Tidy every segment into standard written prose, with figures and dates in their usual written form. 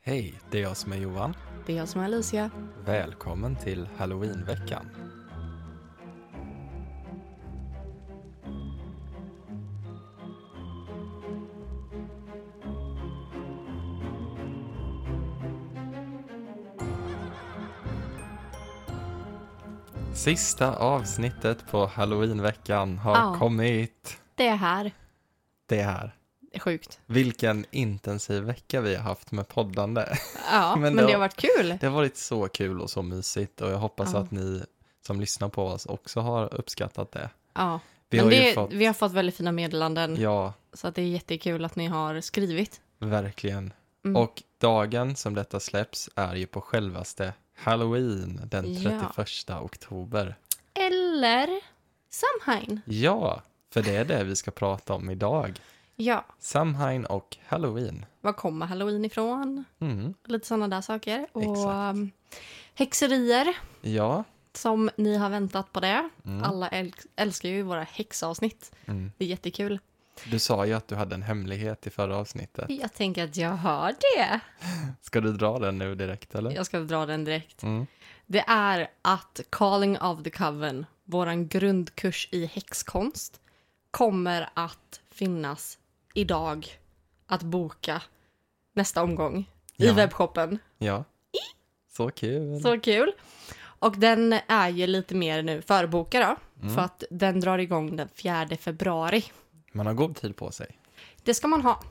Hej, det är jag som är Johan. Det är jag som är Alicia. Välkommen till Halloweenveckan. Sista avsnittet på Halloweenveckan har kommit. Det är här. Det är här. Det är sjukt. Vilken intensiv vecka vi har haft med poddande. Ja, men det har varit kul. Det har varit så kul och så mysigt och jag hoppas att ni som lyssnar på oss också har uppskattat det. Ja, Vi har fått väldigt fina meddelanden. Ja. Så att det är jättekul att ni har skrivit. Verkligen. Och dagen som detta släpps är ju på självaste Halloween den 31 oktober. Eller Samhain. Ja, för det är det vi ska prata om idag. Ja. Samhain och Halloween. Var kommer Halloween ifrån? Lite sådana där saker. Och häxerier. Ja. Som ni har väntat på det. Alla älskar ju våra häxavsnitt. Det är jättekul. Du sa ju att du hade en hemlighet i förra avsnittet. Jag tänker att jag har det. Ska du dra den nu direkt eller? Jag ska dra den direkt. Det är att Calling of the Coven, våran grundkurs i häxkonst, kommer att finnas idag att boka nästa omgång i webbshoppen. Ja, så kul. Så kul. Och den är ju lite mer nu förbokad då, för att den drar igång den 4 februari. Man har god tid på sig. Det ska man ha.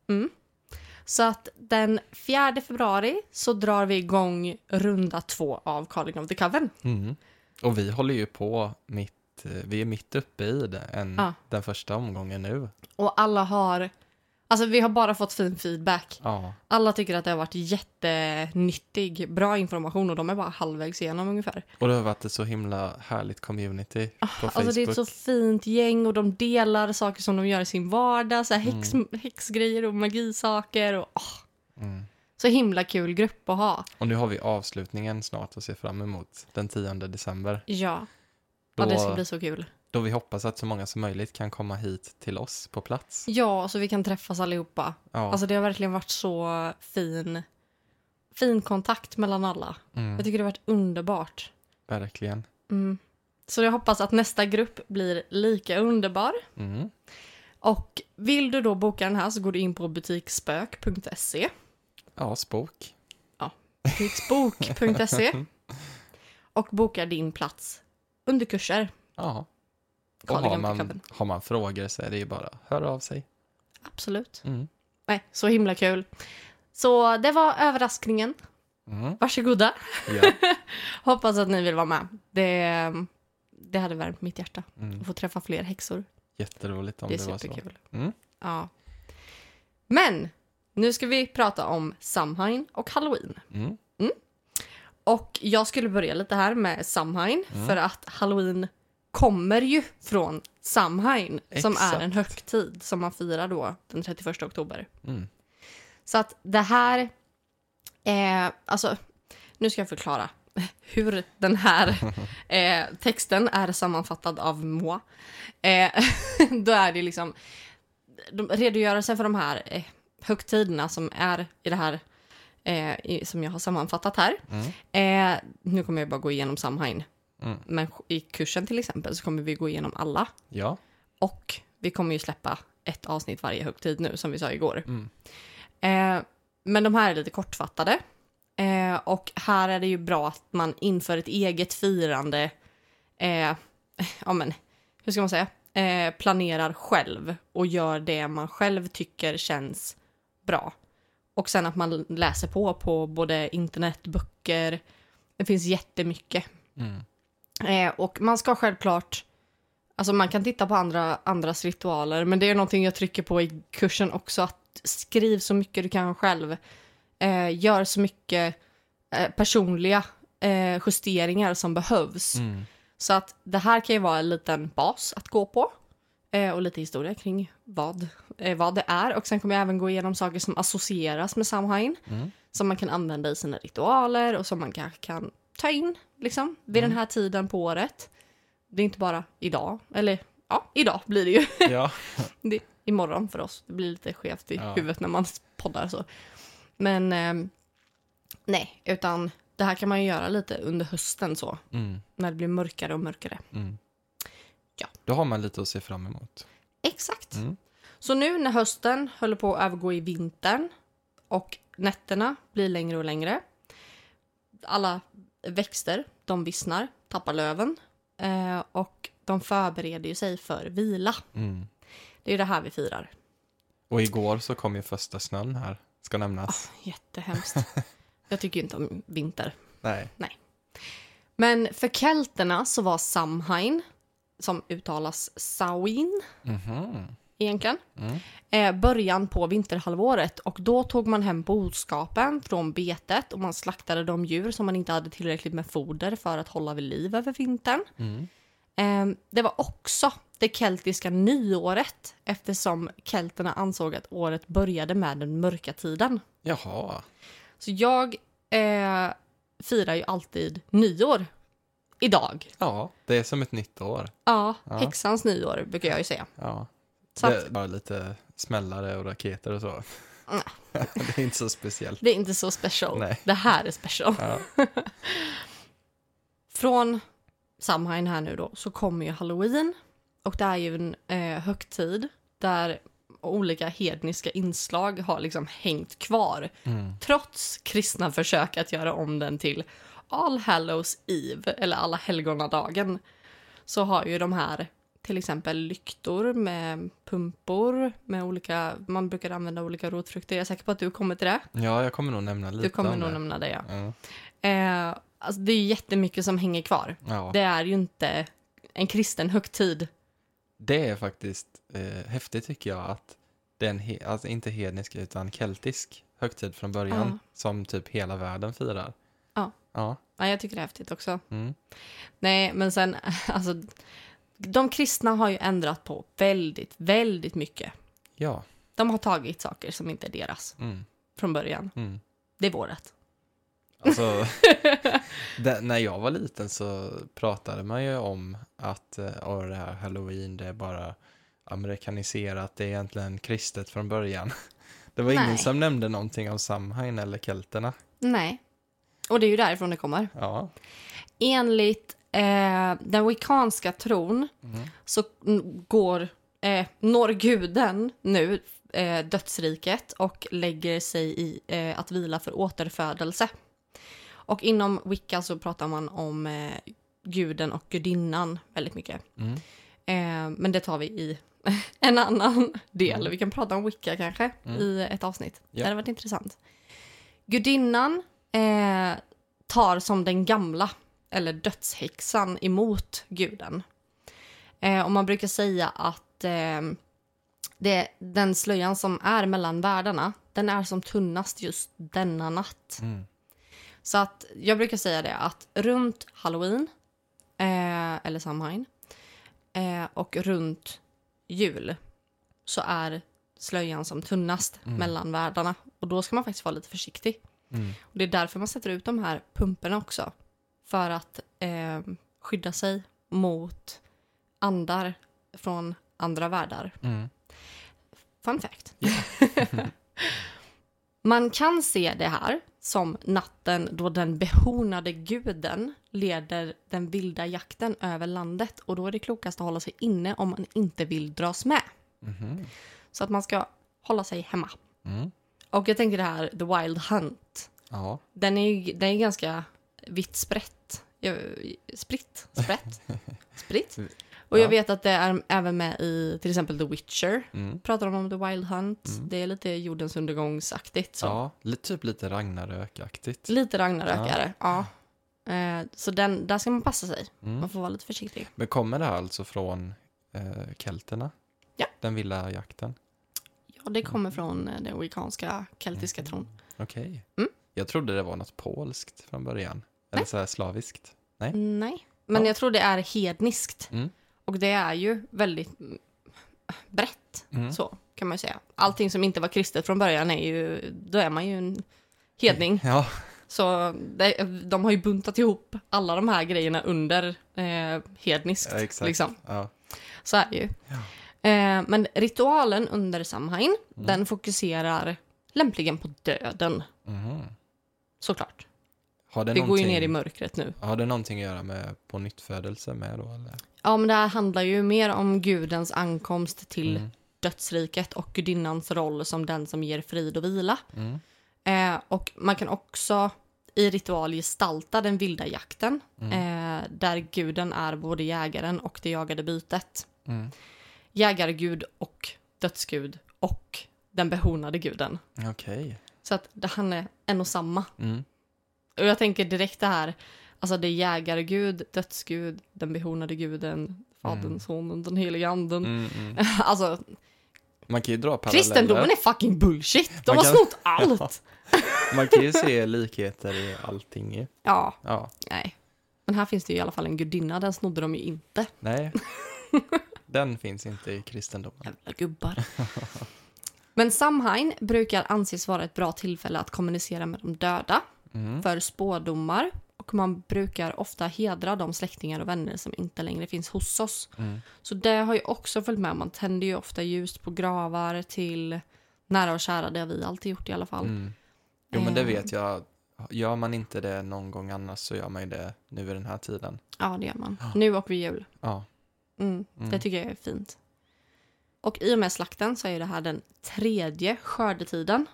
Så att den 4 februari så drar vi igång runda 2 av Calling of the Coven. Och vi håller ju på vi är mitt uppe i det den första omgången nu. Och alla har, alltså vi har bara fått fin feedback. Ja. Alla tycker att det har varit jättenyttig, bra information och de är bara halvvägs igenom ungefär. Och det har varit ett så himla härligt community på Facebook. Alltså det är ett så fint gäng och de delar saker som de gör i sin vardag. Så här häxgrejer och magisaker. Och, så himla kul grupp att ha. Och nu har vi avslutningen snart att se fram emot. Den 10 december. Ja, det ska bli så kul. Då vi hoppas att så många som möjligt kan komma hit till oss på plats. Ja, så vi kan träffas allihopa. Ja. Alltså det har verkligen varit så fin kontakt mellan alla. Jag tycker det har varit underbart. Verkligen. Så jag hoppas att nästa grupp blir lika underbar. Och vill du då boka den här så går du in på butikspök.se. Ja, spok. Ja, butiksbok.se. Och bokar din plats under kurser. Ja. Och har man frågor så är det ju bara hör av sig. Absolut. Nej, så himla kul. Så det var överraskningen. Varsågoda. Ja. Hoppas att ni vill vara med. Det hade värmt mitt hjärta. Att få träffa fler häxor. Jätteroligt om det var så. Det är superkul. Ja. Men nu ska vi prata om Samhain och Halloween. Och jag skulle börja lite här med Samhain. För att Halloween kommer ju från Samhain. Som är en högtid som man firar då den 31 oktober. Så att det här är, alltså, nu ska jag förklara hur den här texten är sammanfattad av Moa. Då är det liksom redogörelsen för de här högtiderna som är i det här som jag har sammanfattat här. Nu kommer jag bara gå igenom Samhain. Men i kursen till exempel så kommer vi gå igenom alla. Ja. Och vi kommer ju släppa ett avsnitt varje högtid nu som vi sa igår. Men de här är lite kortfattade. Och här är det ju bra att man inför ett eget firande hur ska man säga? Planerar själv och gör det man själv tycker känns bra. Och sen att man läser på både internet, böcker. Det finns jättemycket. Och man ska självklart, alltså man kan titta på andras ritualer, men det är någonting jag trycker på i kursen också, att skriv så mycket du kan själv. Gör så mycket personliga justeringar som behövs. Så att det här kan ju vara en liten bas att gå på. Och lite historia kring vad det är. Och sen kommer jag även gå igenom saker som associeras med Samhain. Som man kan använda i sina ritualer och som man kanske kan ta in liksom, vid den här tiden på året. Det är inte bara idag. Eller ja, idag blir det ju. Ja. Det är imorgon för oss. Det blir lite skevt i huvudet när man poddar så. Men Nej, utan det här kan man ju göra lite under hösten så. När det blir mörkare och mörkare. Ja. Då har man lite att se fram emot. Exakt. Så nu när hösten håller på att övergå i vintern och nätterna blir längre och längre. Alla växter, de vissnar, tappar löven. Och de förbereder ju sig för vila. Det är ju det här vi firar. Och igår så kom ju första snön här, ska nämnas. Jättehemskt. Jag tycker ju inte om vinter. Nej. Men för kelterna så var Samhain, som uttalas Samhain egentligen, början på vinterhalvåret. Och då tog man hem boskapen från betet och man slaktade de djur som man inte hade tillräckligt med foder för att hålla vid liv över vintern. Det var också det keltiska nyåret, eftersom kelterna ansåg att året började med den mörka tiden. Jaha. Så jag firar ju alltid nyår idag. Ja, det är som ett nytt år. Ja, häxans nyår brukar jag ju säga. Ja, Så det är bara lite smällare och raketer och så. Det är inte så speciellt. Det är inte så special. Nej. Det här är special. Ja. Från Samhain här nu då så kommer ju Halloween. Och det är ju en högtid där olika hedniska inslag har liksom hängt kvar. Trots kristna försök att göra om den till All Hallows Eve eller Alla helgonadagen, så har ju de här till exempel lyktor med pumpor med olika, man brukar använda olika rotfrukter. Jag är säker på att du kommer till det. Ja, jag kommer nog nämna lite. Du kommer nog nämna det, ja. Alltså det är jättemycket som hänger kvar. Ja. Det är ju inte en kristen högtid. Det är faktiskt häftigt tycker jag att det är en alltså inte hednisk utan keltisk högtid från början som typ hela världen firar. Ja, jag tycker det är häftigt också. Nej, men sen alltså de kristna har ju ändrat på väldigt, väldigt mycket. Ja. De har tagit saker som inte är deras från början. Det är vårat. Alltså, när jag var liten så pratade man ju om att det här Halloween, det är bara amerikaniserat, det är egentligen kristet från början. Det var ingen som nämnde någonting om Samhain eller kelterna. Nej. Och det är ju därifrån det kommer. Ja. Enligt den wiccanska tron så når guden nu dödsriket och lägger sig i att vila för återfödelse. Och inom Wicca så pratar man om guden och gudinnan väldigt mycket. Men det tar vi i en annan del. Vi kan prata om Wicca kanske i ett avsnitt. Det hade varit intressant. Gudinnan tar som den gamla eller dödshäxan emot guden. Och man brukar säga att den slöjan som är mellan världarna, den är som tunnast just denna natt. Så att jag brukar säga det att runt Halloween eller Samhain och runt jul så är slöjan som tunnast mellan världarna. Och då ska man faktiskt vara lite försiktig. Och det är därför man sätter ut de här pumporna också. För att skydda sig mot andar från andra världar. Fun fact. Man kan se det här som natten då den behornade guden leder den vilda jakten över landet. Och då är det klokast att hålla sig inne om man inte vill dras med. Så att man ska hålla sig hemma. Och jag tänker det här The Wild Hunt. Den är ganska vitt spritt. Och jag vet att det är även med i till exempel The Witcher. Pratar de om The Wild Hunt. Det är lite jordens undergångsaktigt. Så. Ja, typ lite Ragnarök-aktigt. Lite Ragnarök, ja. Så där ska man passa sig. Man får vara lite försiktig. Men kommer det alltså från kelterna? Ja. Den vilda jakten? Ja, det kommer från den wiccanska keltiska tron. Okej. Jag trodde det var något polskt från början. Eller så här slaviskt. Nej. Men jag tror det är hedniskt. Och det är ju väldigt brett, så kan man ju säga. Allting som inte var kristet från början då är man ju en hedning. Ja. Så de har ju buntat ihop alla de här grejerna under hedniskt. Ja, exakt. Liksom. Ja. Så är det ju. Ja. Men ritualen under Samhain, den fokuserar lämpligen på döden. såklart. Har det Vi går ju ner i mörkret nu. Har det någonting att göra med på nyttfödelse med då? Eller? Ja, men det här handlar ju mer om gudens ankomst till dödsriket och gudinnans roll som den som ger frid och vila. Och man kan också i ritual gestalta den vilda jakten där guden är både jägaren och det jagade bytet. Jägargud och dödsgud och den behornade guden. Okej. Så att han är en och samma. Och jag tänker direkt det här, alltså det är jägargud, dödsgud, den behornade guden, fadern, sonen, den heliga anden. Alltså, man kan ju dra paralleller. kristendomen är fucking bullshit. De har snott allt. Man kan ju se likheter i allting ju. Ja, Ja. nej. Men här finns det ju i alla fall en gudinna, den snodde de ju inte. Nej, den finns inte i kristendomen. Jävla gubbar. Men Samhain brukar anses vara ett bra tillfälle att kommunicera med de döda för spådomar. Och man brukar ofta hedra de släktingar och vänner som inte längre finns hos oss. Så det har ju också följt med. Man tänder ju ofta ljus på gravar till nära och kära. Det har vi alltid gjort i alla fall. Jo, men det vet jag. Gör man inte det någon gång annars så gör man ju det nu i den här tiden. Ja, det gör man. Nu och vid jul. Ja. Det tycker jag är fint. Och i och med slakten så är det här den 3:e skördetiden.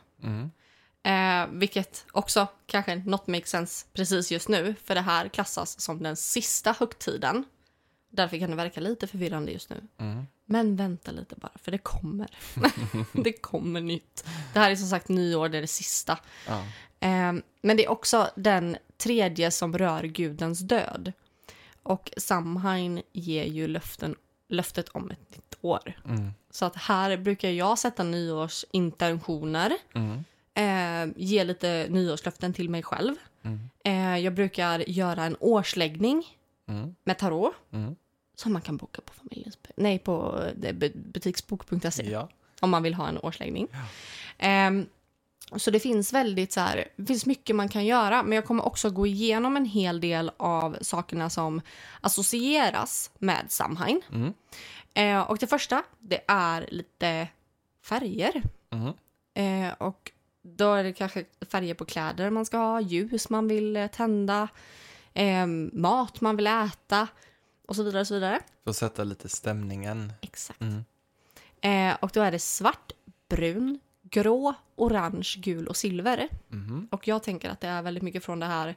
Vilket också kanske not make sense precis just nu. För det här klassas som den sista högtiden. Därför kan det verka lite förvirrande just nu. Men vänta lite bara, för det kommer. Det kommer nytt. Det här är som sagt nyår, det är det sista. Men det är också den 3:e som rör gudens död. Och Samhain ger ju löftet om ett nytt år. Så att här brukar jag sätta nyårsintentioner. Ge lite nyårslöften till mig själv. Jag brukar göra en årsläggning med tarot. Som man kan boka på på butiksbok.se. Ja. Om man vill ha en årsläggning. Så det finns väldigt så här, det finns mycket man kan göra, men jag kommer också gå igenom en hel del av sakerna som associeras med Samhain. Och det första, det är lite färger. Och då är det kanske färger på kläder man ska ha, ljus man vill tända, mat man vill äta och så vidare och så vidare. För att sätta lite stämningen. Exakt. Och då är det svart, brun, grå, orange, gul och silver. Och jag tänker att det är väldigt mycket från det här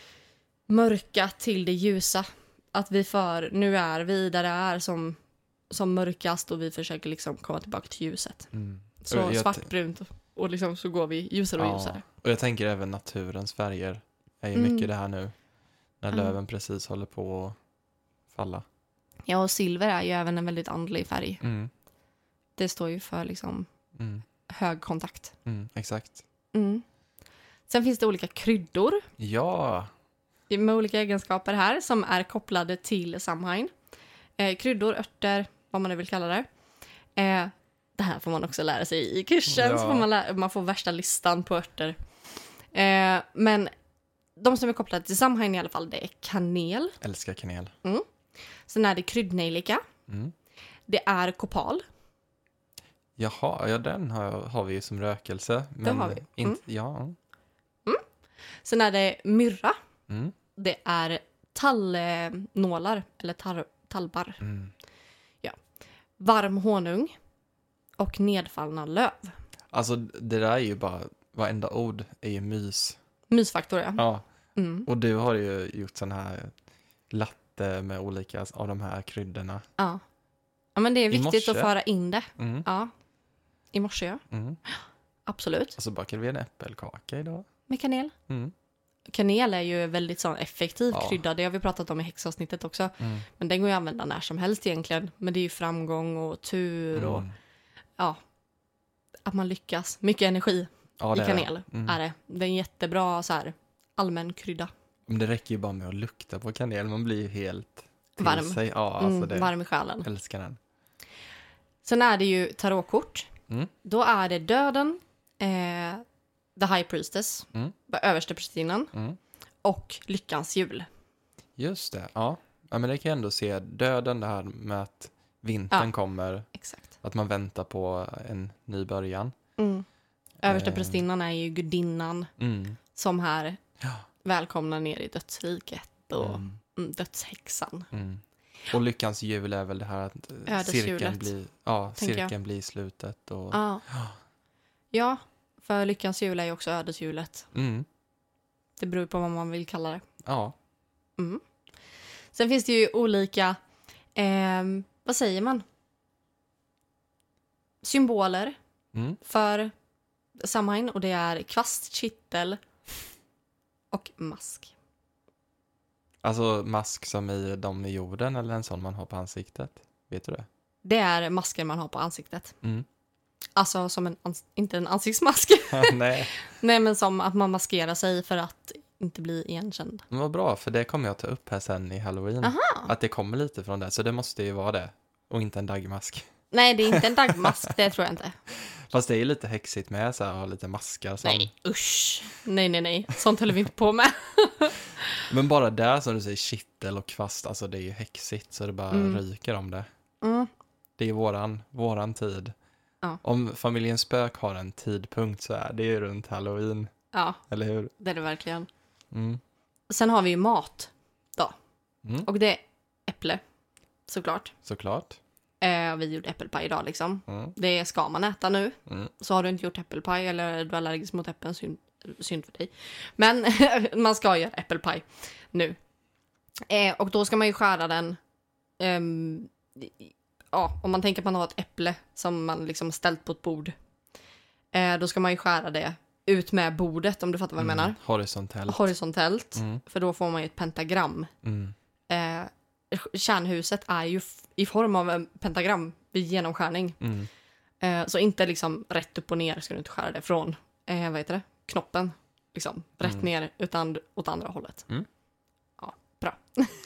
mörka till det ljusa. Att nu är vi där det är som mörkast och vi försöker liksom komma tillbaka till ljuset. Så svart, brunt och liksom så går vi ljusare och ljusare. Och jag tänker även naturens färger är ju mycket det här nu. När löven precis håller på att falla. Ja, och silver är ju även en väldigt andlig färg. Det står ju för liksom hög kontakt. Exakt. Sen finns det olika kryddor. Ja. Med olika egenskaper här som är kopplade till Samhain. Kryddor, örter, vad man nu vill kalla det. Det här får man också lära sig i kursen. Ja. Så får man får värsta listan på örter. Men de som är kopplade till Samhain i alla fall, det är kanel. Älskar kanel. Sen är det kryddnejlika. Det är kopal. Jaha, ja den har vi ju som rökelse. Men det har vi. Sen är det myrra. Det är tallnålar eller tallbar. Ja. Varm honung och nedfallna löv. Alltså det där är ju bara, varenda ord är ju mys. Mysfaktor, ja. Ja. Och du har ju gjort sån här latte med olika av de här kryddorna. Ja. Ja, men det är viktigt att föra in det. Ja. I morse, ja. Absolut. Och så bakade vi en äppelkaka idag. Med kanel. Kanel är ju väldigt sån effektiv krydda. Det har vi pratat om i häxavsnittet också. Men den går ju att använda när som helst egentligen. Men det är ju framgång och tur och att man lyckas. Mycket energi i kanel är det. Det är en jättebra så här, allmän krydda. Men det räcker ju bara med att lukta på kanel. Man blir ju helt varm. Sig. Ja, alltså det, varm i själen. Älskar den. Sen är det ju tarotkort. Då är det döden, The High Priestess, översteprästinnan och lyckans jul. Just det, ja. Ja, men det kan jag ändå se döden, det här med att vintern kommer. Exakt. Att man väntar på en ny början. Översteprästinnan är ju gudinnan som här Ja. välkomnar ner i dödsriket och Mm. dödshäxan. Mm. Och lyckans jul är väl det här att Ödeshjulet, tänker cirkeln blir slutet. Och... Ja. Ja, för lyckans jul är ju också ödeshjulet. Mm. Det beror på vad man vill kalla det. Ja. Mm. Sen finns det ju olika, vad säger man? Symboler Mm. för Samhain, och det är kvast, kittel och mask. Alltså mask som i de i jorden eller en sån man har på ansiktet. Vet du det? Det är masker man har på ansiktet. Mm. Alltså som inte en ansiktsmask. Nej, Nej, men som att man maskerar sig för att inte bli igenkänd. men vad bra, för det kommer jag ta upp här sen i Halloween. Aha. Att det kommer lite från det, så det måste ju vara det. Och inte en dagmask. Nej, det är inte en dagmask, det tror jag inte. Fast det är ju lite häxigt med så här, ha lite maskar som... Nej, usch. Nej. Sånt håller vi inte på med. Men bara där som du säger, kittel och kvast, alltså det är ju häxigt så det bara ryker om det. Mm. Det är våran tid. Ja. Om familjen Spök har en tidpunkt så är det ju runt Halloween, Ja, eller hur? det är det verkligen. Mm. Sen har vi ju mat då. Mm. Och det är äpple, såklart. Såklart. Vi gjorde äppelpaj idag liksom. Mm. Det ska man äta nu. Mm. Så har du inte gjort äppelpaj eller du är allergisk mot äpplen, synd för dig. Men man ska göra äppelpaj nu. Och då ska man ju skära den. Ja, om man tänker att man har ett äpple som man liksom ställt på ett bord. Då ska man ju skära det ut med bordet, om du fattar vad jag menar. Horisontellt. Horisontellt. Mm. För då får man ju ett pentagram. Mm. Kärnhuset är ju i form av en pentagram vid genomskärning. Mm. Så inte liksom rätt upp och ner ska du inte skära det från vad heter det? Knoppen. Liksom, rätt ner, utan åt andra hållet. Mm. Ja, bra.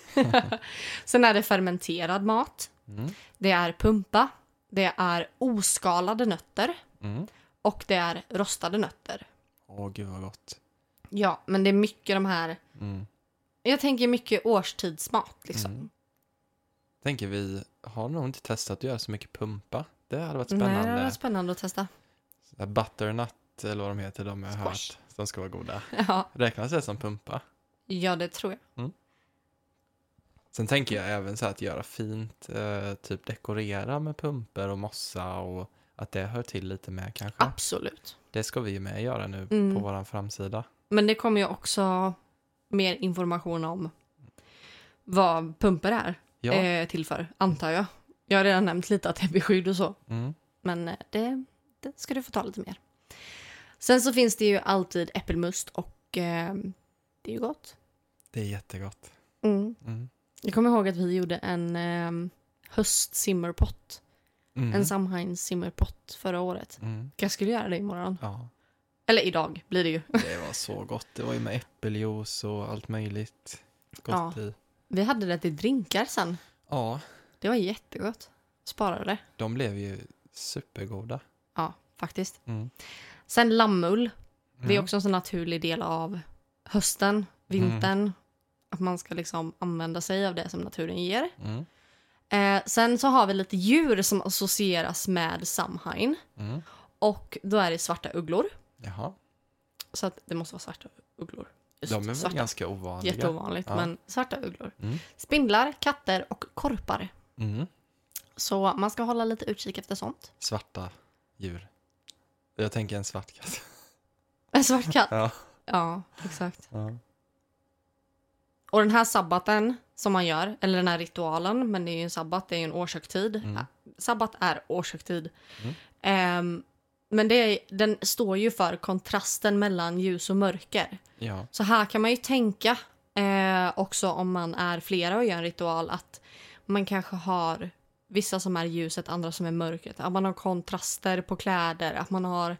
Sen är det fermenterad mat. Mm. Det är pumpa. Det är oskalade nötter. Mm. Och det är rostade nötter. Åh, gud vad gott. Ja, men det är mycket de här... Mm. Jag tänker mycket årstidsmat liksom. Mm. Tänker vi har nog inte testat att göra så mycket pumpa. Det hade varit Nej, spännande. det var spännande att testa. Butternut eller vad de heter, de jag har Squash. hört. Som ska vara goda. Ja, Räknas det som pumpa? ja, det tror jag. Sen tänker jag även så här att göra fint, typ dekorera med pumper och mossa och att det hör till lite med kanske. Absolut. Det ska vi ju med göra nu på våran framsida. Men det kommer ju också mer information om vad pumper är Ja. till för, antar jag. Jag har redan nämnt lite att det är beskydd och så. Mm. Men det ska du få ta lite mer. Sen så finns det ju alltid äppelmust och det är ju gott. Det är jättegott. Mm. Mm. Jag kommer ihåg att vi gjorde en höstsimmerpott. Mm. En Samhain simmerpott förra året. Mm. Jag skulle göra det imorgon. Ja, Eller idag blir det ju. det var så gott. Det var ju med äppeljuice och allt möjligt gott i. Vi hade det till drinkar sen. Ja, Det var jättegott. Sparade det. de blev ju supergoda. Ja, faktiskt. Mm. Sen lammull. Det är Mm. också en så naturlig del av hösten, vintern. Att man ska liksom använda sig av det som naturen ger. Mm. Sen så har vi lite djur som associeras med Samhain. Mm. Och då är det svarta ugglor. Jaha, Så att det måste vara svarta ugglor. Just de är väl svarta. ganska ovanliga. Jätteovanligt, Ja. men svarta ugglor. Mm. Spindlar, katter och korpar. Mm. Så man ska hålla lite utkik efter sånt. Svarta djur. Jag tänker en svart katt. En svart katt. Ja. Ja, exakt. Ja. Och den här sabbaten som man gör, eller den här ritualen, men det är ju en sabbat, det är ju en årshögtid. Mm. Sabbat är årshögtid. Mm. Men den står ju för kontrasten mellan ljus och mörker. Ja. Så här kan man ju tänka också om man är flera och gör en ritual, att man kanske har vissa som är ljuset, andra som är mörkret. Att man har kontraster på kläder, att man har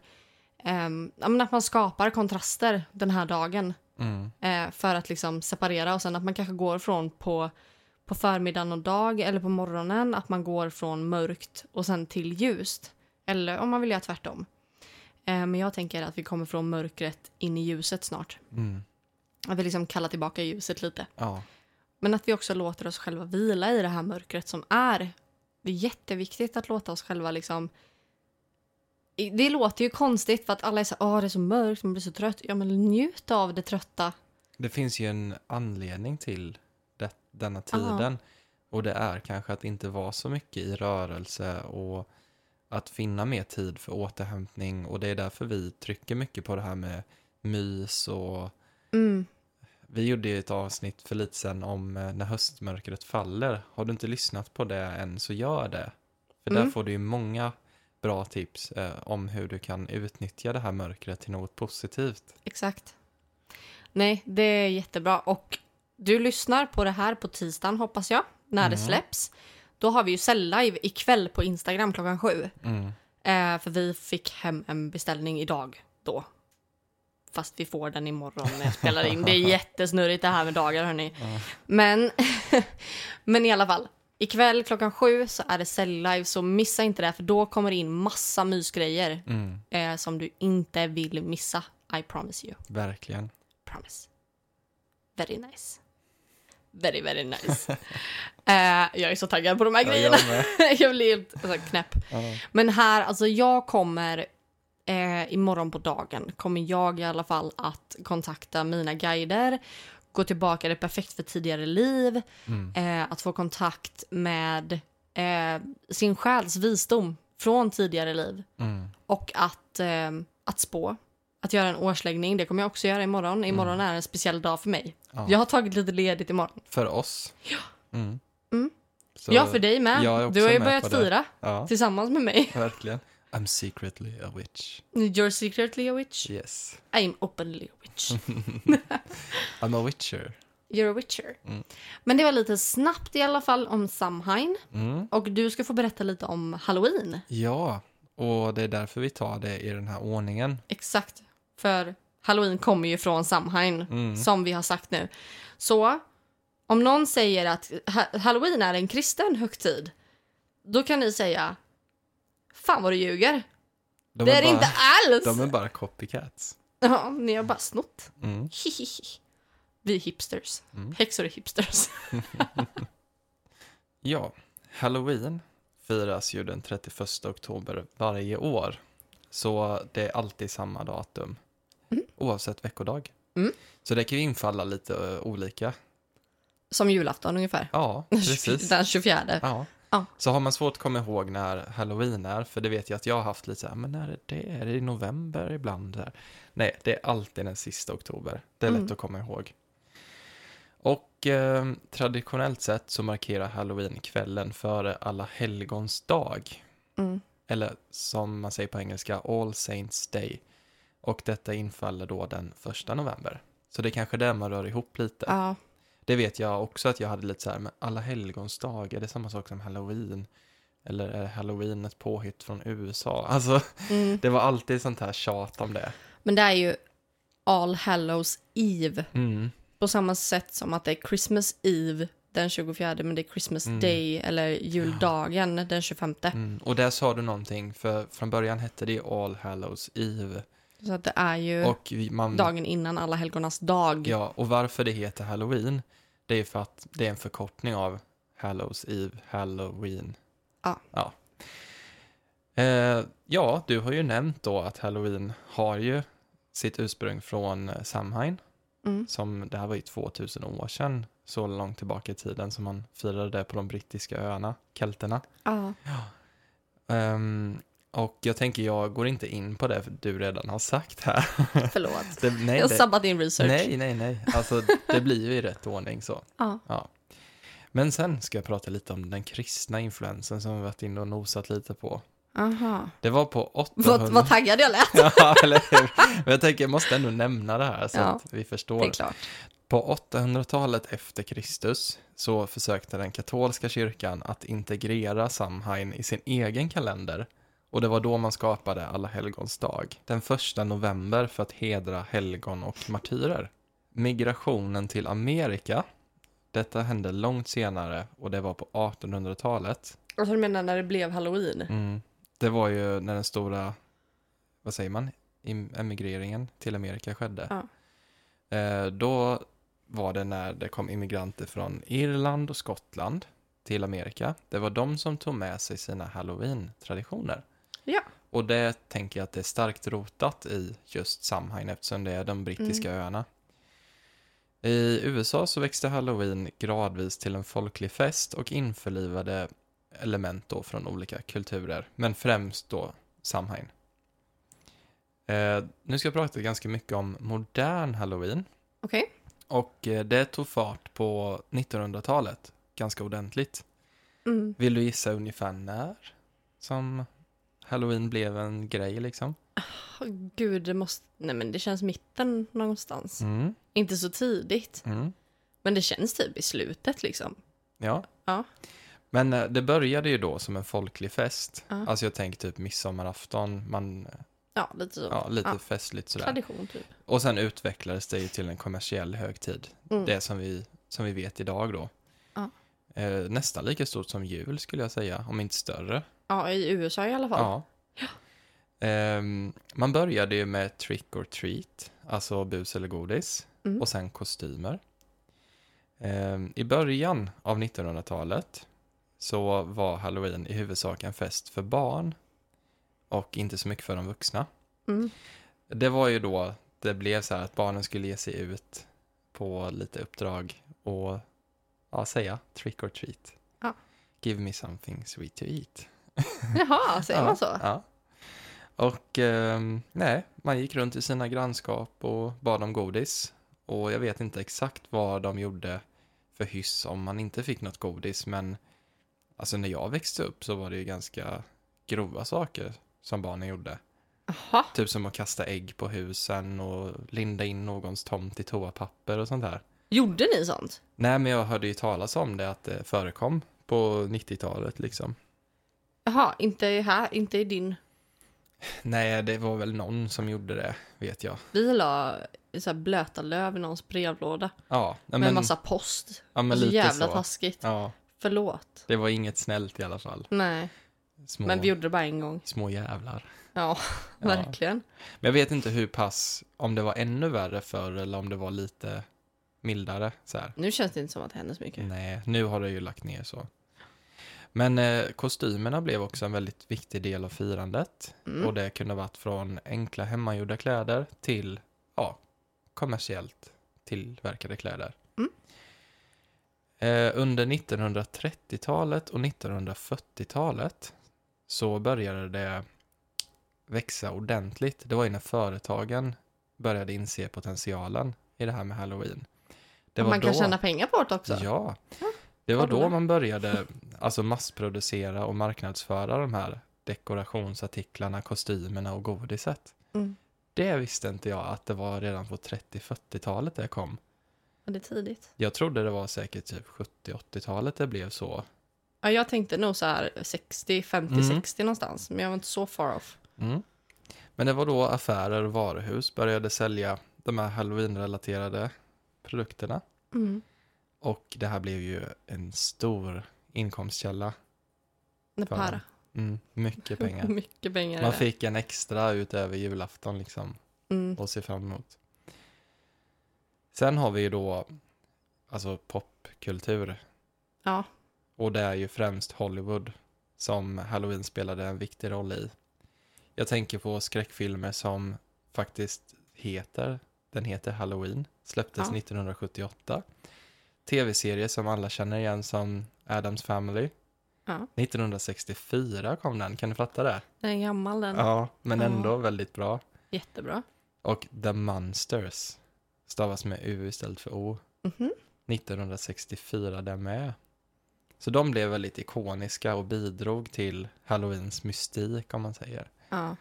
att man skapar kontraster den här dagen. Mm. För att liksom separera, och sen att man kanske går från på förmiddagen och dag eller på morgonen, att man går från mörkt och sen till ljust. Eller om man vill göra tvärtom. Men jag tänker att vi kommer från mörkret in i ljuset snart. Mm. Att vi liksom kallar tillbaka ljuset lite. Ja. Men att vi också låter oss själva vila i det här mörkret som är. Det är jätteviktigt att låta oss själva liksom det låter ju konstigt för att alla är så det är så mörkt, man blir så trött. Ja, men njut av det trötta. Det finns ju en anledning till denna tiden. Och det är kanske att inte vara så mycket i rörelse och att finna mer tid för återhämtning. Och det är därför vi trycker mycket på det här med mys och... Vi gjorde ju ett avsnitt för lite sedan om när höstmörkret faller. Har du inte lyssnat på det än så gör det. För där får du ju många bra tips om hur du kan utnyttja det här mörkret till något positivt. Exakt. Nej, det är jättebra. Och du lyssnar på det här på tisdagen, hoppas jag, när det släpps. Då har vi ju live ikväll på Instagram 7:00. För vi fick hem en beställning idag då. Fast vi får den imorgon när jag spelar in. Det är jättesnurrigt det här med dagar, hörni. Men i alla fall. Ikväll 7:00 så är det live, så missa inte det. För då kommer det in massa mysgrejer som du inte vill missa. I promise you. Verkligen. Promise. Very nice. Very, very nice. Jag är så taggad på de här grejerna. Jag blir helt knäpp. Men här, alltså jag kommer imorgon på dagen kommer jag i alla fall att kontakta mina guider, gå tillbaka, det är perfekt för tidigare liv, att få kontakt med sin själs visdom från tidigare liv och att spå. Att göra en årsläggning, det kommer jag också göra imorgon. Imorgon är en speciell dag för mig. Jag har tagit lite ledigt imorgon. För oss? Ja. Så Ja, för dig med. Du har ju börjat fira tillsammans med mig. Verkligen. I'm secretly a witch. You're secretly a witch? Yes. I'm openly a witch. I'm a witcher. You're a witcher. Men det var lite snabbt i alla fall om Samhain. Och du ska få berätta lite om Halloween. Ja, och det är därför vi tar det i den här ordningen. Exakt. För Halloween kommer ju från Samhain, som vi har sagt nu. Så om någon säger att Halloween är en kristen högtid, då kan ni säga, fan vad du ljuger. Det är det inte alls. De är bara copycats. Ja, ni har bara snott. Vi är hipsters. Häxor är hipsters. Ja, Halloween firas ju den 31 oktober varje år. Så det är alltid samma datum. Oavsett veckodag. Så det kan ju infalla lite olika. Som julafton ungefär. Ja, precis. Den 24. Ja. Så har man svårt att komma ihåg när Halloween är, för det vet jag att jag har haft lite så här, men när är det? Är det i november ibland? Där? Nej, det är alltid den sista oktober. Det är lätt att komma ihåg. Och traditionellt sett så markerar Halloween kvällen före Alla helgons dag. Eller som man säger på engelska, All Saints Day. Och detta infaller då den 1 november. Så det är kanske där man rör ihop lite. Ja. Det vet jag också att jag hade lite så här, men Alla helgons dag, är det samma sak som Halloween? Eller är Halloween ett påhitt från USA? Alltså, det var alltid sånt här tjat om det. Men det är ju All Hallows Eve. På samma sätt som att det är Christmas Eve den 24, men det är Christmas Day eller juldagen den 25. Och där sa du någonting, för från början hette det All Hallows Eve. Så att det är ju dagen innan Alla helgonas dag. Ja, och varför det heter Halloween, det är för att det är en förkortning av Hallows Eve, Halloween. Ja, du har ju nämnt då att Halloween har ju sitt ursprung från Samhain. Som det här var ju 2000 år sedan, så långt tillbaka i tiden som man firade det på de brittiska öarna, kelterna. Och jag tänker, jag går inte in på det för du redan har sagt här. Förlåt. Jag har sabbat din research. Nej. Alltså, det blir ju i rätt ordning så. Ja. Men sen ska jag prata lite om den kristna influensen som vi varit inne och nosat lite på. Aha. Det var på 800... Vad taggad jag lät. Ja, eller hur? Men jag tänker, jag måste ändå nämna det här så att vi förstår. Det är klart. På 800-talet efter Kristus så försökte den katolska kyrkan att integrera Samhain i sin egen kalender. Och det var då man skapade Alla helgons dag, den 1 november, för att hedra helgon och martyrer. Migrationen till Amerika, detta hände långt senare och det var på 1800-talet. Alltså du menar när det blev Halloween? Det var ju när den stora, vad säger man, emigreringen till Amerika skedde. Då var det när det kom immigranter från Irland och Skottland till Amerika. Det var de som tog med sig sina Halloween-traditioner. Ja. Och det tänker jag att det är starkt rotat i just Samhain eftersom det är de brittiska öarna. I USA så växte Halloween gradvis till en folklig fest och införlivade element då från olika kulturer, men främst då Samhain. Nu ska jag prata ganska mycket om modern Halloween. Okej. Och det tog fart på 1900-talet ganska ordentligt. Mm. Vill du gissa ungefär när som Halloween blev en grej liksom? Gud, det måste... Nej, men det känns mitten någonstans. Mm. Inte så tidigt. Mm. Men det känns typ i slutet liksom. Ja. Ja. Men det började ju då som en folklig fest. Ja. Alltså jag tänker typ midsommarafton, Ja, lite så. ja, lite festligt sådär. Tradition typ. Och sen utvecklades det ju till en kommersiell högtid. Mm. Det som vi vet idag då. Ja. Nästan lika stort som jul skulle jag säga, om inte större. Ja, i USA i alla fall. Ja. Man började ju med trick or treat, alltså bus eller godis. Mm. Och sen kostymer. I början av 1900-talet så var Halloween i huvudsak en fest för barn. Och inte så mycket för de vuxna. Mm. Det var ju då det blev så här att barnen skulle ge sig ut på lite uppdrag och säga trick or treat. Ja. Give me something sweet to eat. Jaha, säger man så? Ja. Och man gick runt i sina grannskap och bad om godis. Och jag vet inte exakt vad de gjorde för hyss om man inte fick något godis. Men alltså när jag växte upp så var det ju ganska grova saker som barnen gjorde. Jaha. Typ som att kasta ägg på husen och linda in någons tomt i toapapper och sånt där. Gjorde ni sånt? Nej, men jag hörde ju talas om det att det förekom på 90-talet liksom. Jaha, inte här, inte i din... Nej, det var väl någon som gjorde det, vet jag. Vi la så här blöta löv i någons brevlåda. Ja, Med en massa post. ja, men Så lite jävla så. taskigt. Ja, Förlåt. det var inget snällt i alla fall. Nej, Små, men vi gjorde det bara en gång. små jävlar. Ja, Ja. verkligen. Men jag vet inte hur pass, om det var ännu värre förr eller om det var lite mildare så här. Nu känns det inte som att det händer så mycket. Nej, nu har det ju lagt ner så. Men kostymerna blev också en väldigt viktig del av firandet. Mm. Och det kunde ha varit från enkla hemmagjorda kläder till kommersiellt tillverkade kläder. Mm. Under 1930-talet och 1940-talet så började det växa ordentligt. Det var ju när företagen började inse potentialen i det här med Halloween. Det var Man kan då, tjäna pengar på det också. Ja, det var Kolla. då man började alltså massproducera och marknadsföra de här dekorationsartiklarna, kostymerna och godiset. Mm. Det visste inte jag att det var redan på 30-40-talet det kom. Ja, det är tidigt. Jag trodde det var säkert typ 70-80-talet det blev så. Ja, jag tänkte nog så här 60, 50, 60 någonstans. Men jag var inte så far off. Mm. Men det var då affärer och varuhus började sälja de här Halloween-relaterade produkterna. Mm. Och det här blev ju en stor inkomstkälla. Para. Mycket pengar. Mycket pengar. Man fick en extra utöver julafton liksom Mm. och se fram emot. Sen har vi ju då alltså popkultur. Ja. Och det är ju främst Hollywood som Halloween spelade en viktig roll i. Jag tänker på skräckfilmer som faktiskt heter Halloween. Släpptes 1978. Tv-serier som alla känner igen som Addams Family. Ja. 1964 kom den, kan du fatta det? Den är gammal den. Ja, men Ja. ändå väldigt bra. Jättebra. Och The Monsters stavas med U istället för O. Mhm. 1964 den med. Så de blev väldigt ikoniska och bidrog till Halloweens mystik om man säger. Ja.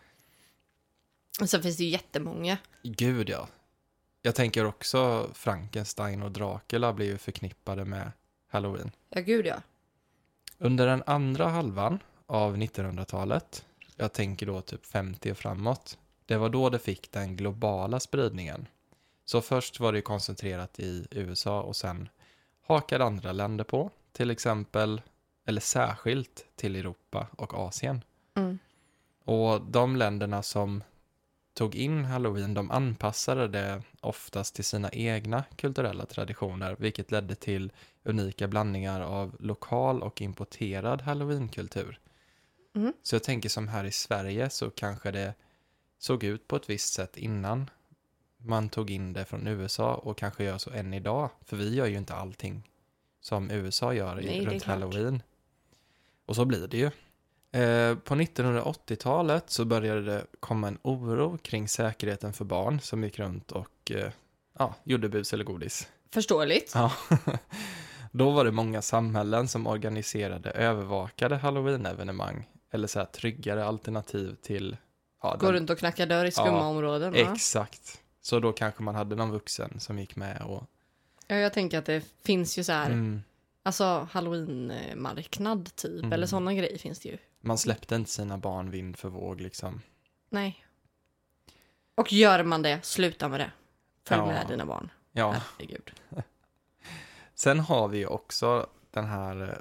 Och så finns det ju jättemånga. Gud ja. Jag tänker också Frankenstein och Dracula blir ju förknippade med Halloween. Ja, gud ja. Under den andra halvan av 1900-talet, jag tänker då typ 50 och framåt, det var då det fick den globala spridningen. Så först var det koncentrerat i USA och sen hakade andra länder på. Till exempel, eller särskilt till Europa och Asien. Mm. Och de länderna som tog in Halloween, de anpassade det oftast till sina egna kulturella traditioner, vilket ledde till unika blandningar av lokal och importerad Halloweenkultur. Mhm. Så jag tänker som här i Sverige så kanske det såg ut på ett visst sätt innan man tog in det från USA och kanske gör så än idag. För vi gör ju inte allting som USA gör Nej, det är runt klart. Halloween. Och så blir det ju. På 1980-talet så började det komma en oro kring säkerheten för barn som gick runt och gjorde bus eller godis. Förståeligt. Ja. Då var det många samhällen som organiserade övervakade Halloween-evenemang eller så här tryggare alternativ till Gå runt och knacka dörr i skumma områden. Va? Exakt. Så då kanske man hade någon vuxen som gick med och... Ja, jag tänker att det finns ju så här, alltså Halloween-marknad typ, eller sådana grejer finns det ju. Man släppte inte sina barn vind för våg liksom. Nej. Och gör man det, sluta med det. Följ Ja. med dina barn. Ja. Herregud. Sen har vi ju också den här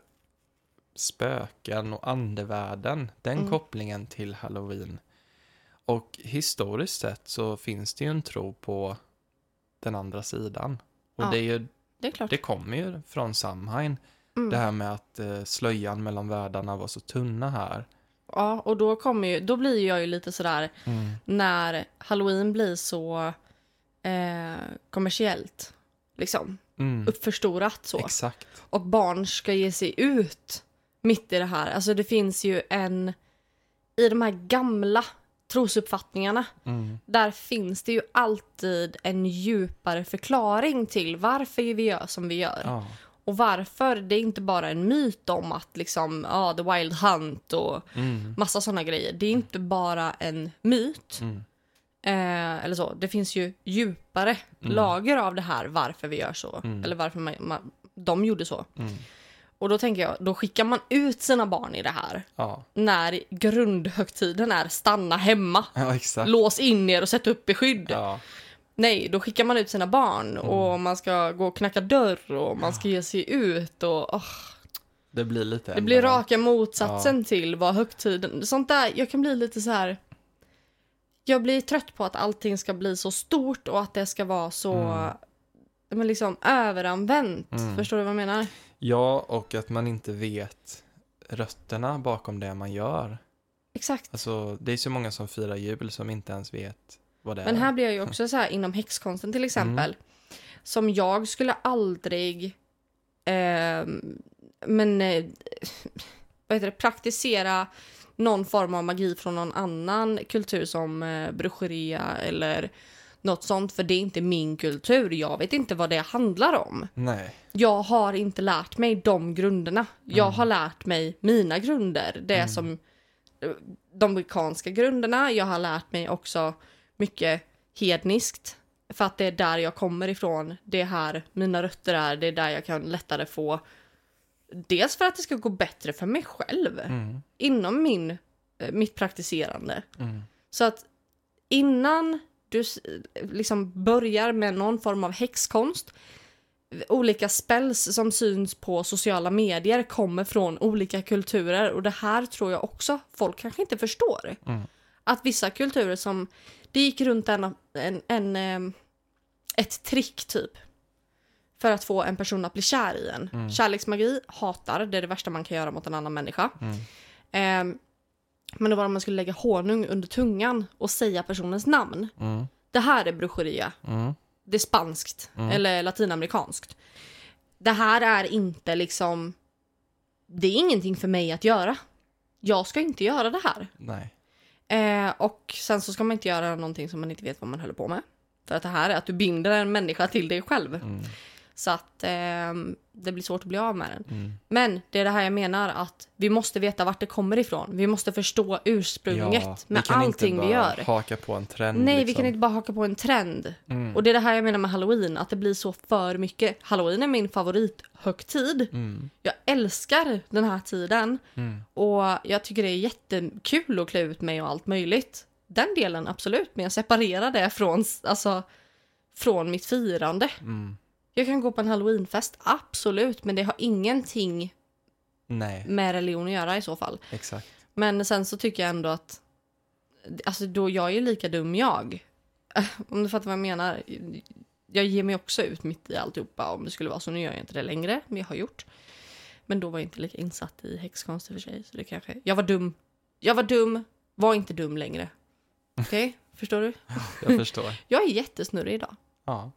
spöken och andevärlden. Den kopplingen till Halloween. Och historiskt sett så finns det ju en tro på den andra sidan. Och Ja, det är ju, det är klart. det kommer ju från Samhain. Det här med att slöjan mellan världarna var så tunna här. Ja, och då blir jag ju lite sådär, när Halloween blir så kommersiellt, liksom, uppförstorat så. Exakt. Och barn ska ge sig ut mitt i det här. Alltså det finns ju i de här gamla trosuppfattningarna, där finns det ju alltid en djupare förklaring till varför vi gör som vi gör. Ja. Och varför det är inte bara en myt om att liksom, the wild hunt och massa sådana grejer. Det är inte bara en myt. Eller så. Det finns ju djupare lager av det här varför vi gör så. Eller varför de gjorde så. Och då tänker jag, då skickar man ut sina barn i det här. Ja. När grundhögtiden är stanna hemma. Ja, exakt. Lås in er och sätt upp beskydd. Ja. Nej, då skickar man ut sina barn och man ska gå och knacka dörr och man ska ge sig ut och Det blir lite... det blir raka motsatsen till vad högtiden... Sånt där, jag kan bli lite så här... Jag blir trött på att allting ska bli så stort och att det ska vara så... Men liksom överanvänt. Förstår du vad jag menar? Ja, och att man inte vet rötterna bakom det man gör. Exakt. Alltså, det är så många som firar jul som inte ens vet vad det är. Men här blir jag ju också så här inom häxkonsten till exempel. Som jag skulle aldrig praktisera någon form av magi från någon annan kultur som brujeria eller något sånt. För det är inte min kultur. Jag vet inte vad det handlar om. Nej. Jag har inte lärt mig de grunderna. Jag har lärt mig mina grunder. Det som de amerikanska grunderna. Jag har lärt mig också mycket hedniskt. För att det är där jag kommer ifrån. Det är här mina rötter är. Det är där jag kan lättare få. Dels för att det ska gå bättre för mig själv. Inom mitt praktiserande. Så att innan du liksom börjar med någon form av häxkonst. Olika spells som syns på sociala medier kommer från olika kulturer. Och det här tror jag också folk kanske inte förstår. Att vissa kulturer som... Det gick runt ett trick typ. För att få en person att bli kär i en. Kärleksmagi, hatar. Det är det värsta man kan göra mot en annan människa. Men det var om man skulle lägga honung under tungan och säga personens namn. Det här är brujeria. Det är spanskt. Eller latinamerikanskt. Det här är inte liksom... Det är ingenting för mig att göra. Jag ska inte göra det här. Nej. Och sen så ska man inte göra någonting som man inte vet vad man håller på med. För att det här är att du binder en människa till dig själv. Så att det blir svårt att bli av med den. Men det är det här jag menar, att vi måste veta vart det kommer ifrån. Vi måste förstå ursprunget med allting vi gör. Vi kan inte bara haka på en trend. Nej, liksom. vi kan inte bara haka på en trend. Och det är det här jag menar med Halloween, att det blir så för mycket. Halloween är min favorithögtid. Jag älskar den här tiden. Och jag tycker det är jättekul att klä ut mig och allt möjligt. Den delen absolut, men jag separerar det från mitt firande. Jag kan gå på en Halloweenfest, absolut, men det har ingenting med religion att göra i så fall. Exakt. Men sen så tycker jag ändå att alltså då jag är ju lika dum jag. Om du fattar vad jag menar. Jag ger mig också ut mitt i alltihopa om det skulle vara så. Nu gör jag inte det längre, men jag har gjort. Men då var jag inte lika insatt i häxkonst i och för sig. Så det kanske... Jag var dum Jag var dum, var inte dum längre. Okej, förstår du? Jag förstår. Jag är jättesnurrig idag. Ja.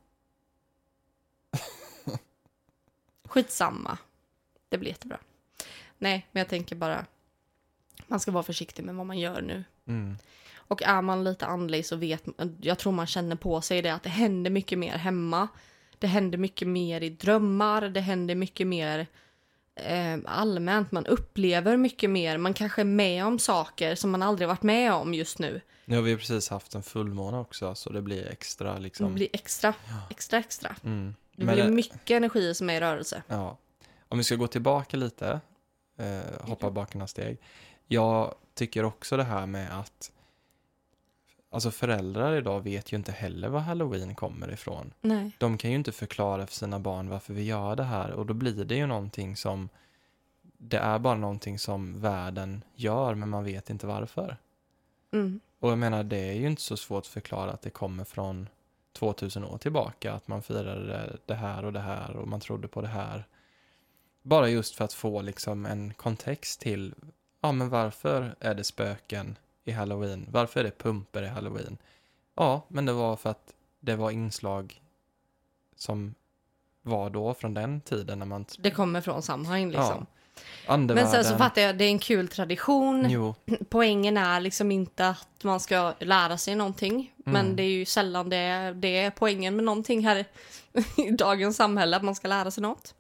Skitsamma. Det blir jättebra. Nej, men jag tänker bara, man ska vara försiktig med vad man gör nu. Mm. Och är man lite andlig så jag tror man känner på sig det, att det händer mycket mer hemma. Det händer mycket mer i drömmar. Det händer mycket mer allmänt. Man upplever mycket mer. Man kanske är med om saker som man aldrig varit med om just nu. Nu har vi precis haft en fullmåne också, så det blir extra liksom. Det blir extra. Mm. Det blir mycket energi som är i rörelse. Ja. Om vi ska gå tillbaka lite, hoppa bak några steg. Jag tycker också det här med att alltså föräldrar idag vet ju inte heller var Halloween kommer ifrån. Nej. De kan ju inte förklara för sina barn varför vi gör det här. Och då blir det ju någonting som, det är bara någonting som världen gör, men man vet inte varför. Mm. Och jag menar, det är ju inte så svårt att förklara att det kommer från 2000 år tillbaka. Att man firade det här och man trodde på det här. Bara just för att få liksom en kontext till, ja men varför är det spöken i Halloween? Varför är det pumper i Halloween? Ja, men det var för att det var inslag som var då från den tiden när man... Det kommer från Samhain liksom. Ja, men sen så fattar jag, det är en kul tradition. Jo. Poängen är liksom inte att man ska lära sig någonting. Men det är ju sällan det är poängen med någonting här i dagens samhälle, att man ska lära sig något.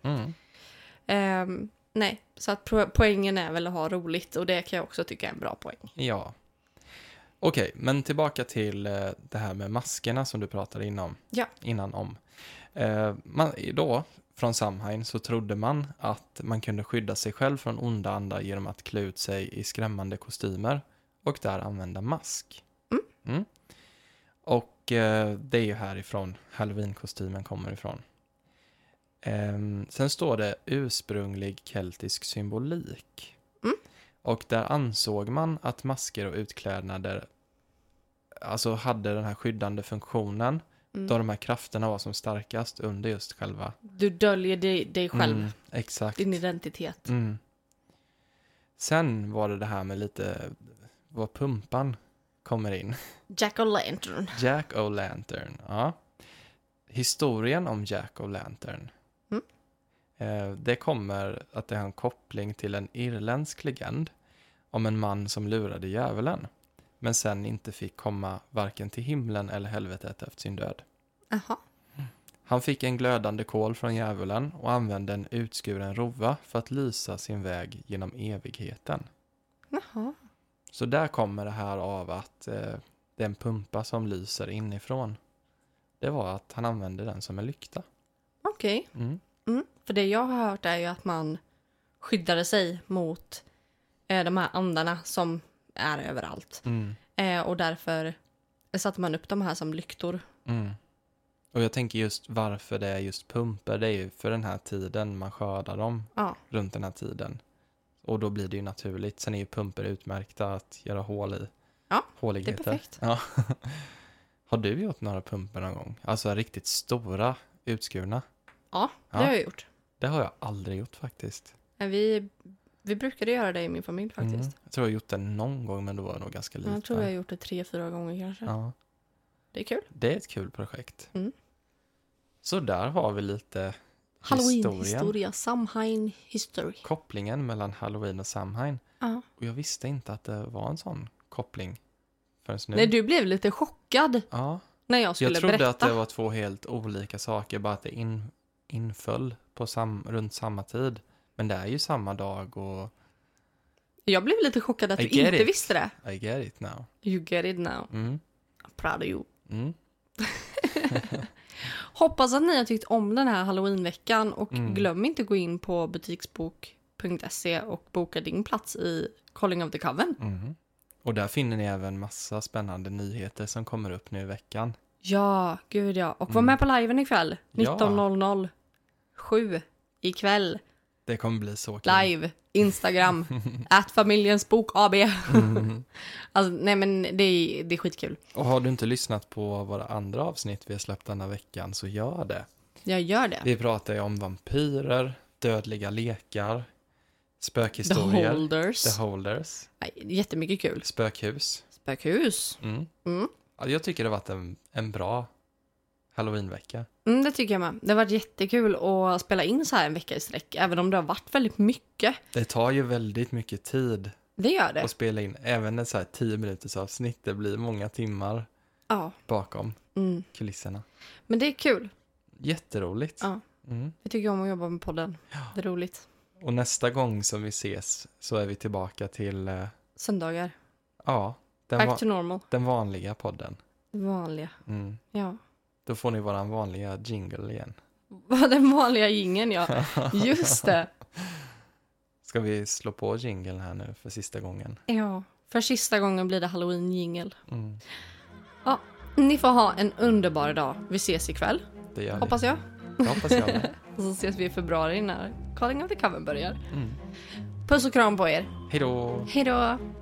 Nej, så att poängen är väl att ha roligt, och det kan jag också tycka är en bra poäng. Ja. Okej, men tillbaka till det här med maskerna som du pratade innan om. Då, från Samhain, så trodde man att man kunde skydda sig själv från onda andar genom att klä ut sig i skrämmande kostymer och där använda mask. Mm. Och det är ju härifrån Halloween-kostymen kommer ifrån. Sen står det ursprunglig keltisk symbolik. Och där ansåg man att masker och utklädnader alltså hade den här skyddande funktionen då de här krafterna var som starkast under just själva. Du döljer dig själv. Exakt. Din identitet. Sen var det här med lite var pumpan kommer in. Jack-o'-lantern. Jack-o'-lantern, ja. Historien om Jack-o'-lantern. Det kommer att det har en koppling till en irländsk legend om en man som lurade djävulen, men sen inte fick komma varken till himlen eller helvetet efter sin död. Aha. Han fick en glödande kol från djävulen och använde en utskuren rova för att lysa sin väg genom evigheten. Jaha. Så där kommer det här av att det är en pumpa som lyser inifrån. Det var att han använde den som en lykta. Okej. För det jag har hört är ju att man skyddade sig mot de här andarna som är överallt. Och därför satte man upp de här som lyktor. Och jag tänker just varför det är just pumper. Det är ju för den här tiden man skördar dem. Runt den här tiden. Och då blir det ju naturligt. Sen är ju pumper utmärkta att göra hål i. Ja, håligheter. Det är perfekt. Ja. Har du gjort några pumper någon gång? Alltså riktigt stora, utskurna? Ja, det har jag gjort. Det har jag aldrig gjort faktiskt. Vi brukade göra det i min familj faktiskt. Jag tror jag har gjort det någon gång, men då var jag nog ganska liten. Jag tror jag har gjort det 3-4 gånger kanske. Ja. Det är kul. Det är ett kul projekt. Så där har vi lite Halloween-historia, Samhain history. Kopplingen mellan Halloween och Samhain. Och jag visste inte att det var en sån koppling förrän nu. Nej, du blev lite chockad när jag skulle berätta. Jag trodde att det var två helt olika saker, bara att det inföll på runt samma tid. Men det är ju samma dag och... Jag blev lite chockad att du inte visste det. I get it now. You get it now. I'm proud of you. Hoppas att ni har tyckt om den här Halloween-veckan och glöm inte gå in på butiksbok.se och boka din plats i Calling of the Coven. Och där finner ni även massa spännande nyheter som kommer upp nu i veckan. Ja, gud ja. Och var med på liven ikväll. 19.00. 7 ikväll. Det kommer bli så kul. Live, Instagram, @familjensbok.ab. Alltså, nej men det är skitkul. Och har du inte lyssnat på våra andra avsnitt vi har släppt denna veckan, så gör det. Jag gör det. Vi pratar ju om vampyrer, dödliga lekar, Spökhistorier. Holders. The Holders. Nej, jättemycket kul. Spökhus. Spökhus. Ja, jag tycker det har varit en bra Halloween-vecka. Det tycker jag med. Det har varit jättekul att spela in så här en vecka i sträck. Även om det har varit väldigt mycket. Det tar ju väldigt mycket tid Det gör det. att spela in. Även ett så här 10 minuters avsnitt. Det blir många timmar Ja. bakom kulisserna. Men det är kul. Jätteroligt. Ja. Jag tycker om att jobba med podden. Det är roligt. Och nästa gång som vi ses så är vi tillbaka till... Söndagar. Ja, Back to normal. den vanliga podden. Vanliga. Ja. Då får ni våran vanliga jingle igen. Den vanliga jingeln, ja. Just det. Ska vi slå på jingeln här nu för sista gången? Ja. För sista gången blir det Halloween-jingel. Mm. Ja. Ni får ha en underbar dag. Vi ses ikväll. Det gör Hoppas jag. vi. Hoppas jag med. Och så ses vi i februari när Calling of the Coven börjar. Puss och kram på er. Hej då! Hej då!